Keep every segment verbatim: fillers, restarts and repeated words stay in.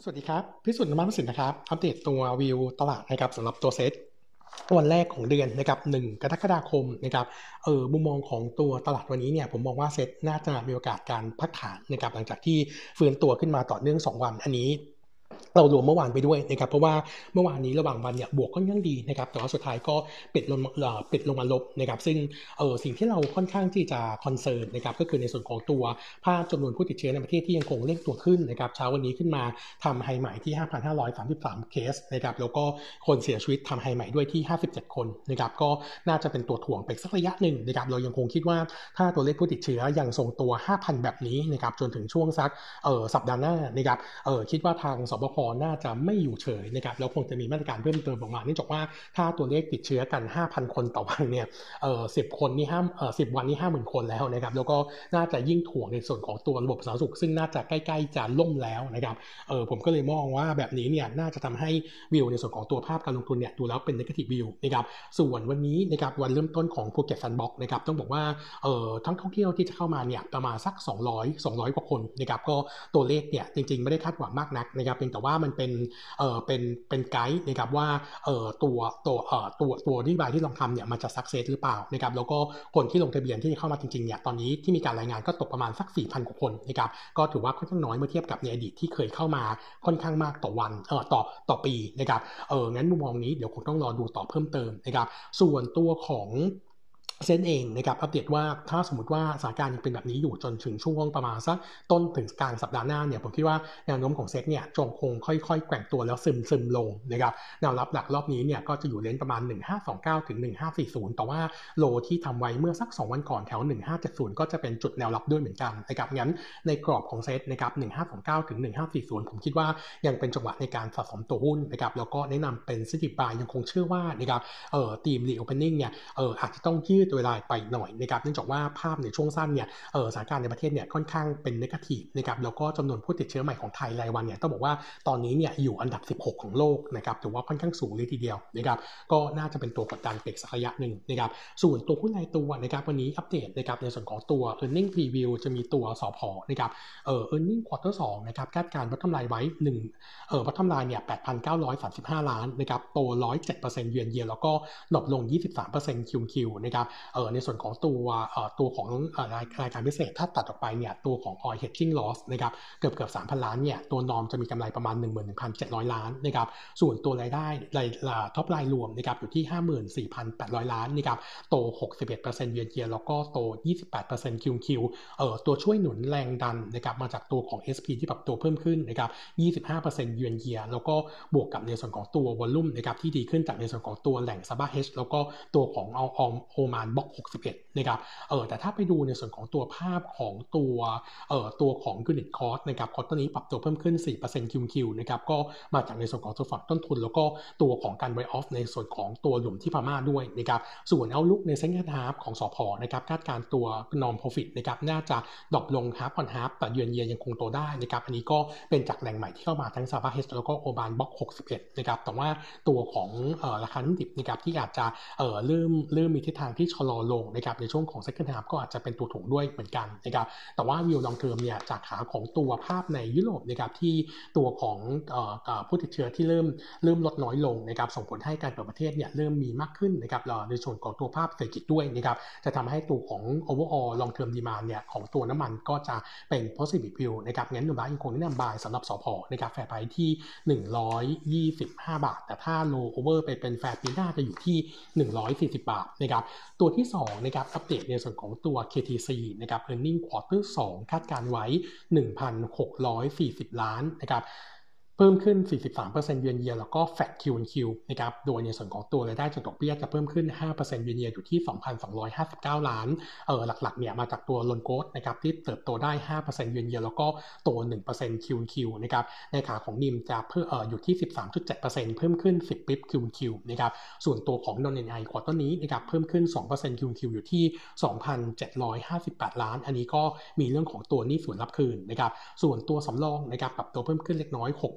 สวัสดีครับพิสุทธิ์นมสินนะครับอัปเดตตัววิวตลาดนะครับสำหรับตัวเซตวันแรกของเดือนนะครับหนึ่งกรกฎาคมนะครับเออมุมมองของตัวตลาดวันนี้เนี่ยผมมองว่าเซตน่าจะมีโอกาสการพักฐานนะครับหลังจากที่ฟื้นตัวขึ้นมาต่อเนื่องสองวันอันนี้เรารวมเมื่อวานไปด้วยนะครับเพราะว่าเมื่อวานนี้ระหว่างวันเนี่ยบวกค่อนข้างดีนะครับแต่ว่าสุดท้ายก็ปิดลงเอ่อปิดลงมาลบนะครับซึ่งเออสิ่งที่เราค่อนข้างที่จะคอนเซิร์นนะครับก็คือในส่วนของตัวภาพจำนวนผู้ติดเชื้อในประเทศที่ยังคงเร่งตัวขึ้นนะครับเช้าวันนี้ขึ้นมาทำไฮใหม่ที่ ห้าพันห้าร้อยสามสิบสาม เคสนะครับแล้วก็คนเสียชีวิตทำไฮใหม่ด้วยที่ห้าสิบเจ็ดคนนะครับก็น่าจะเป็นตัวถ่วงไปสักระยะหนึ่งนะครับเรายังคงคิดว่าถ้าตัวเลขผู้ติดเชื้อยังทรงตัว ห้าพัน แบบนี้นะครับจนถึงช่วงสักเออสัปดาห์หน้านะครับเออคิดว่าทางสบคน่าจะไม่อยู่เฉยนะครับแล้วคงจะมีมาตรการเพิ่มเติมออกมาเนื่องจากว่าถ้าตัวเลขติดเชื้อกัน ห้าพัน คนต่อวันเนี่ยเออสิบคนนี่ห้าเออสิบวันนี่ ห้าหมื่น คนแล้วนะครับแล้วก็น่าจะยิ่งถ่วงในส่วนของตัวระบบสาธารณสุขซึ่งน่าจะใกล้ๆจะล่มแล้วนะครับเออผมก็เลยมองว่าแบบนี้เนี่ยน่าจะทำให้วิวในส่วนของตัวภาพการลงทุนเนี่ยดูแล้วเป็น negative view นะครับส่วนวันนี้นะครับวันเริ่มต้นของ Phuket Sandbox นะครับต้องบอกว่าเออทั้งท่องเที่ยวที่จะเข้ามาเนี่ยประมาณสักสองร้อย สองร้อยกว่าคนนะครับก็ตัวเลขเนี่ยจริงๆไม่ได้คาดหวังมากนักนะครับเพียงแต่ว่ามันเป็นเออเป็นเป็นไกด์นะครับว่าเออตัวตัวเออตัวตัวนโยบายที่ลองทำเนี่ยมันจะ success หรือเปล่านะครับแล้วก็คนที่ลงทะเบียนที่จะเข้ามาจริงๆเนี่ยตอนนี้ที่มีการรายงานก็ตกประมาณสัก สี่พัน กว่าคนนะครับก็ถือว่าค่อนข้างน้อยเมื่อเทียบกับในอดีตที่เคยเข้ามาค่อนข้างมากต่อวันเออต่อต่อปีนะครับเอองั้นมุมมองนี้เดี๋ยวคงต้องรอดูต่อเพิ่มเติมนะครับส่วนตัวของเซนเองนะครับอัปเดตว่าถ้าสมมติว่าสถานการณ์ยังเป็นแบบนี้อยู่จนถึงช่วงประมาณสักต้นถึงกลางสัปดาห์หน้าเนี่ยผมคิดว่าแนวโน้มของเซ็ตเนี่ยจงคงค่อยๆแกว่งตัวแล้วซึมซึมลงนะครับแนวรับหลักรอบนี้เนี่ยก็จะอยู่เลนประมาณหนึ่งพันห้าร้อยยี่สิบเก้าถึงหนึ่งพันห้าร้อยสี่สิบแต่ว่าโลที่ทำไว้เมื่อสักสองวันก่อนแถวหนึ่งพันห้าร้อยเจ็ดสิบก็จะเป็นจุดแนวรับด้วยเหมือนกันนะครับงั้นในกรอบของเซ็ตนะครับหนึ่งพันห้าร้อยยี่สิบเก้าถึงหนึ่งพันห้าร้อยสี่สิบผมคิดว่ายังเป็นจังหวะในการสะสมตัวหุ้นนะครับแล้วก็แนะนำเป็นซิตี้บายยังคงเชื่อว่านะครับเอ่อทีมรีโอเพนนิ่งเนี่ยเอ่ออาจจะต้องยืดเวลาไปหน่อยนะครับเนื่องจากว่าภาพในช่วงสั้นเนี่ยเออสถานการณ์ในประเทศเนี่ยค่อนข้างเป็นเนกาทีฟนะครับแล้วก็จำนวนผู้ติดเชื้อใหม่ของไทยรายวันเนี่ยต้องบอกว่าตอนนี้เนี่ยอยู่อันดับสิบหกของโลกนะครับถือว่าค่อนข้างสูงเลยทีเดียวนะครับก็น่าจะเป็นตัวกดดันเปกสักระยะหนึ่งนะครับส่วนตัวหุ้นรายตัวนะครับวันนี้อัปเดตนะครับในส่วนของตัว earning preview จะมีตัวสผนะครับเอ่อ earning quarter สองนะครับคาดการณ์ bottom line ไว้หนึ่งเอ่อ bottom line เนี่ย แปดพันเก้าร้อยสามสิบห้า ล้านนะครับโต หนึ่งร้อยเจ็ดเปอร์เซ็นต์ เยือนเยียแล้วก็ดรอปลง ยี่สิบสามเปอร์เซ็นต์ คิว คิว นะครับเอ่อในส่วนของตัวเอ่อตัวของเอ่อรายรายการพิเศษถ้าตัดออกไปเนี่ยตัวของ oil hedging loss นะครับเกือบเกือบ สามพัน ล้านเนี่ยตัวนอมจะมีกำไรประมาณ หนึ่งหมื่นหนึ่งพันเจ็ดร้อย ล้านนะครับส่วนตัวรายได้รายท็อปไลน์รวมนะครับอยู่ที่ ห้าหมื่นสี่พันแปดร้อย ล้านนะครับโต หกสิบเอ็ดเปอร์เซ็นต์ เยือนเยียแล้วก็โต ยี่สิบแปดเปอร์เซ็นต์ คิว คิว เอ่อตัวช่วยหนุนแรงดันนะครับมาจากตัวของ เอส พี ที่ปรับตัวเพิ่มขึ้นนะครับ ยี่สิบห้าเปอร์เซ็นต์ เยือนเยียแล้วก็บวกกับในส่วนของตัววอลลุ่มนะครับที่ดีขึ้นจากในส่วนของตัวแหล่งซาบาเฮชแล้วก็ตัวของเอาออมโอมานบล็อกหกสิบเอ็ดนะครับเออแต่ถ้าไปดูในส่วนของตัวภาพของตัวเอ่อตัวของ unit cost นะครับคอร์ตนี้ปรับตัวเพิ่มขึ้น สี่เปอร์เซ็นต์ คิว คิว นะครับก็มาจากในส่วนของตัวฝั่งต้นทุนแล้วก็ตัวของการ write off ในส่วนของตัวหลุมที่พม่าด้วยนะครับส่วน outlook ใน second half ของสผนะครับคาดการตัว non profit นะครับน่าจะดรอปลง half on half แต่เยือนเยียยังคงโตได้นะครับอันนี้ก็เป็นจากแหล่งใหม่ที่เข้ามาทั้งซาบาเฮชแล้วก็โอบานบล็อกหกสิบเอ็ดนะครับแต่ว่าตัวของเอ่อราคาน้ำดิบนะครับที่อาจจะเอ่อเริ่มเริ่มมีทิศทางที่ชะลอลงนะครับในช่วงของ second half ก็อาจจะเป็นตัวถ่วงด้วยเหมือนกันนะครับแต่ว่าวิว long term เนี่ยจากขาของตัวภาพในยุโรปนะครับที่ตัวของเอ่อผู้ติดเชื้อที่เริ่มเริ่มลดน้อยลงนะครับส่งผลให้การเปิดประเทศเนี่ยเริ่มมีมากขึ้นนะครับในส่วนของตัวภาพเศรษฐกิจด้วยนะครับจะทำให้ตัวของ overall long term demand เนี่ยของตัวน้ำมันก็จะเป็น positive view นะครับงั้นหนุ่มบ้านยังคงแนะนำบายสำหรับสผนะครับแฟร์ไพรซ์ที่หนึ่งร้อยยี่สิบห้าบาทแต่ถ้า low over ไปเป็นแฟร์ปีหน้าจะอยู่ที่หนึ่งร้อยสี่สิบบาทนะครับตัวที่สองนะครับอัปเดตในส่วนของตัว เค ที ซี นะครับ earning quarter สองคาดการไว้ หนึ่งพันหกร้อยสี่สิบ ล้านนะครับเพิ่มขึ้น สี่สิบสามเปอร์เซ็นต์ เยือนเยียแล้วก็ flat Q on Q นะครับโดยในส่วนของตัวรายได้จากดอกเบี้ยจะเพิ่มขึ้น ห้าเปอร์เซ็นต์ เยือนเยียอยู่ที่ สองพันสองร้อยห้าสิบเก้า ล้านเออหลักๆเนี่ยมาจากตัว loan growth นะครับที่เติบโตได้ ห้าเปอร์เซ็นต์ เยือนเยียแล้วก็โต หนึ่งเปอร์เซ็นต์ Q on Q นะครับในขาของ นิม จะเพิ่มเอ่ออยู่ที่ สิบสามจุดเจ็ดเปอร์เซ็นต์ เพิ่มขึ้นสิบ ปิ๊บ Q on Q นะครับส่วนตัวของ non เอ็น ไอ quarter นี้นะครับเพิ่มขึ้น สองเปอร์เซ็นต์ Q on Q อยู่ที่ สองพันเจ็ดร้อยห้าสิบแปด ล้านอันนี้ก็มีเรื่องของตัวหนี้ส่วนรับคืนนะครับส่วนตัวสำรองนะครับปรับตัวเพิ่มขึ้นเล็กน้อย หกเปอร์เซ็นต์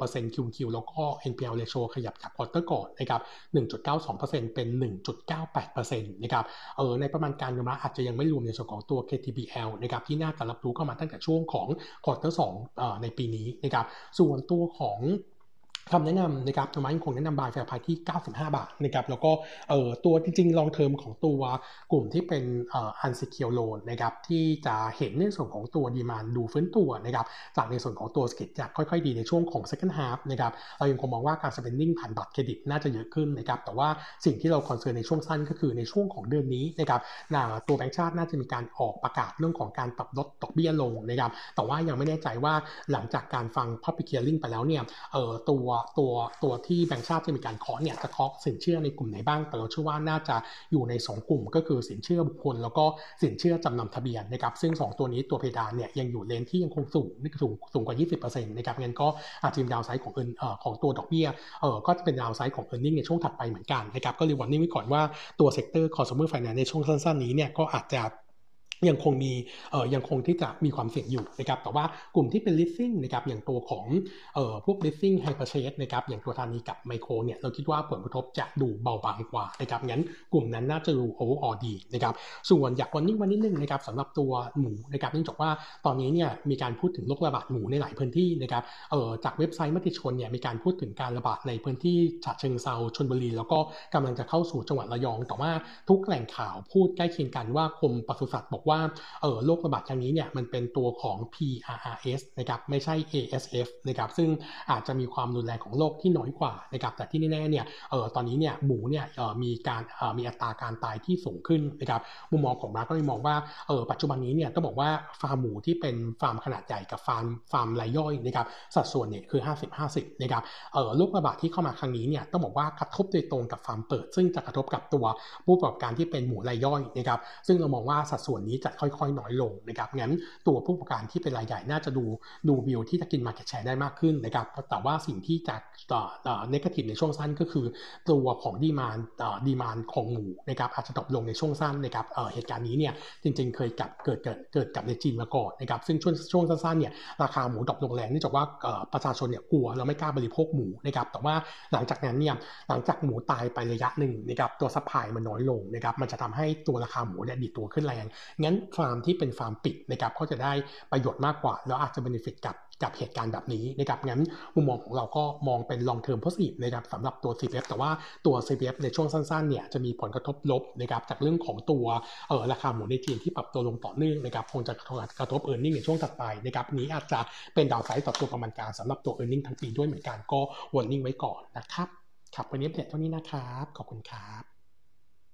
อร์เซ็นต์ คิว คิว แล้วก็ เอ็น พี แอล ratio ขยับจากควอเตอร์ก่อนนะครับ หนึ่งจุดเก้าสองเปอร์เซ็นต์ เป็น หนึ่งจุดเก้าแปดเปอร์เซ็นต์ นะครับเออในประมาณการยอมรับอาจจะยังไม่รวมในส่วนของตัว เค ที บี แอล นะครับที่น่าจะรับรู้เข้ามาตั้งแต่ช่วงของควอเตอร์สองเอ่อในปีนี้นะครับส่วนตัวของคำแนะนำนะครับธรรมะยังคงแนะนำบายแฟร์ไพรซ์ที่เก้าสิบห้าบาทนะครับแล้วก็เอ่อตัวจริงๆ long term ของตัวกลุ่มที่เป็นเอ่อ unsecured loan นะครับที่จะเห็นในส่วนของตัว demand ดูฟื้นตัวนะครับจากในส่วนของตัว spread จะค่อยๆดีในช่วงของ second half นะครับเรายังคงมองว่าการ spending ผ่านบัตรเครดิตน่าจะเยอะขึ้นนะครับแต่ว่าสิ่งที่เรา concern ในช่วงสั้นก็คือในช่วงของเดือนนี้นะครับตัวแบงก์ชาติน่าจะมีการออกประกาศเรื่องของการปรับลดดอกเบี้ยลงนะครับแต่ว่ายังไม่แน่ใจว่าหลังจากการฟัง public hearing ไปแล้วเนี่ยเอ่อตัวตัวตัวที่แบงก์ชาติจะมีการเคาะเนี่ยจะเคาะสินเชื่อในกลุ่มไหนบ้างแต่เราเชื่อว่าน่าจะอยู่ในสองกลุ่มก็คือสินเชื่อบุคคลแล้วก็สินเชื่อจำนำทะเบียนนะครับซึ่งสองตัวนี้ตัวเพดานเนี่ยยังอยู่เลนที่ยังคงสูงสูงสูงกว่า ยี่สิบเปอร์เซ็นต์ นะครับงั้นก็อาจจะมีดาวไซด์ของเอิร์นเอ่อของตัวดอกเบี้ยเอ่อก็จะเป็นดาวไซด์ของ earning ในช่วงถัดไปเหมือนกันนะครับก็เลยวันนี้ไว้ก่อนว่าตัวเซกเตอร์ consumer finance ในช่วงสั้นๆนี้เนี่ยก็อาจจะยังคงมีเอ่อยังคงที่จะมีความเสี่ยงอยู่นะครับแต่ว่ากลุ่มที่เป็น leasing นะครับอย่างตัวของเอ่อพวก leasing high purchase นะครับอย่างตัวธานีกับไมโครเนี่ยเราคิดว่าผลกระทบจะดูเบาบางกว่านะครับงั้นกลุ่มนั้นน่าจะดู overall ดีนะครับส่วนอยากวันนี้วันนิดนึงนะครับสำหรับตัวหมูนะครับเนื่องจากว่าตอนนี้เนี่ยมีการพูดถึงโรคระบาดหมูในหลายพื้นที่นะครับเอ่อจากเว็บไซต์มติชนเนี่ยมีการพูดถึงการระบาดในพื้นที่ฉะเชิงเทราชลบุรีแล้วก็กำลังจะเข้าสู่จังหวัดระยองแต่ว่าทุกแหล่งข่าวพูดใกล้เคียงกันว่ากรมปศุสัตว์บอกว่าเอ่อโรคระบาดครั้งนี้เนี่ยมันเป็นตัวของ พี อาร์ อาร์ เอส นะครับไม่ใช่ เอ เอส เอฟ นะครับซึ่งอาจจะมีความรุนแรงของโรคที่น้อยกว่านะครับแต่ที่แน่ๆเนี่ยเอ่อตอนนี้เนี่ยหมูเนี่ยเอ่อมีการเอ่อมีอัตราการตายที่สูงขึ้นนะครับมุมมองของมาร์ก็เลยมองว่าเอ่อปัจจุบันนี้เนี่ยต้องบอกว่าฟาร์มหมูที่เป็นฟาร์มขนาดใหญ่กับฟาร์มฟาร์มรายย่อยนะครับสัดส่วนเนี่ยคือ ห้าสิบ ห้าสิบ นะครับเอ่อโรคระบาดที่เข้ามาครั้งนี้เนี่ยต้องบอกว่ากระทบโดยตรงกับฟาร์มเปิดซึ่งจะกระทบกับตัวผู้ประกอบการที่เป็นหมูรายย่อยนะครับซึ่งเรามองว่าสัดส่วนนี้จะค่อยๆน้อยลงนะครับงั้นตัวผู้ประกอบการที่เป็นรายใหญ่น่าจะดูดูวิวที่จะกิน market share ได้มากขึ้นนะครับแต่ว่าสิ่งที่จะต่อต่อ negative ในช่วงสั้นก็คือตัวของ demand ต่อ demand ของหมูนะครับอาจจะตกลงในช่วงสั้นนะครับเอ่อเหตุการณ์นี้เนี่ยจริงๆเคยกับเกิดเกิดเกิดกับในจีนมาก่อนนะครับซึ่งช่วงช่วงสั้นๆเนี่ยราคาหมูตกลงแรงเนื่องจากว่าเอ่อประชาชนเนี่ยกลัวแล้วไม่กล้าบริโภคหมูนะครับแต่ว่าหลังจากนั้นเนี่ยหลังจากหมูตายไประยะหนึ่งนะครับตัวซัพพลายมันน้อยลงนะครับมันจะทำให้ตัวราคาหมูเนี่ยดีดตัวขึ้นแรงงั้นฟาร์มที่เป็นฟาร์มปิดนะครับก็จะได้ประโยชน์มากกว่าแล้วอาจจะ benefit กับกับเหตุการณ์แบบนี้นะครับงั้นมุมมองของเราก็มองเป็น long term positive นะครับสำหรับตัว ซี พี เอฟ แต่ว่าตัว ซี พี เอฟ ในช่วงสั้นๆเนี่ยจะมีผลกระทบลบนะครับจากเรื่องของตัวเอ่อราคาหมูในจีนที่ปรับตัวลงต่อเนื่องนะครับคงจะกระทบ earning ในช่วงถัดไปนะครับนี้อาจจะเป็นดาวไซด์ต่อตัวประมาณการสำหรับตัว earning ทั้งปีด้วยเหมือนกันก็ warning ไว้ก่อนนะครับครับวันนี้อัปเดตเท่านี้นะครับขอบคุณครับ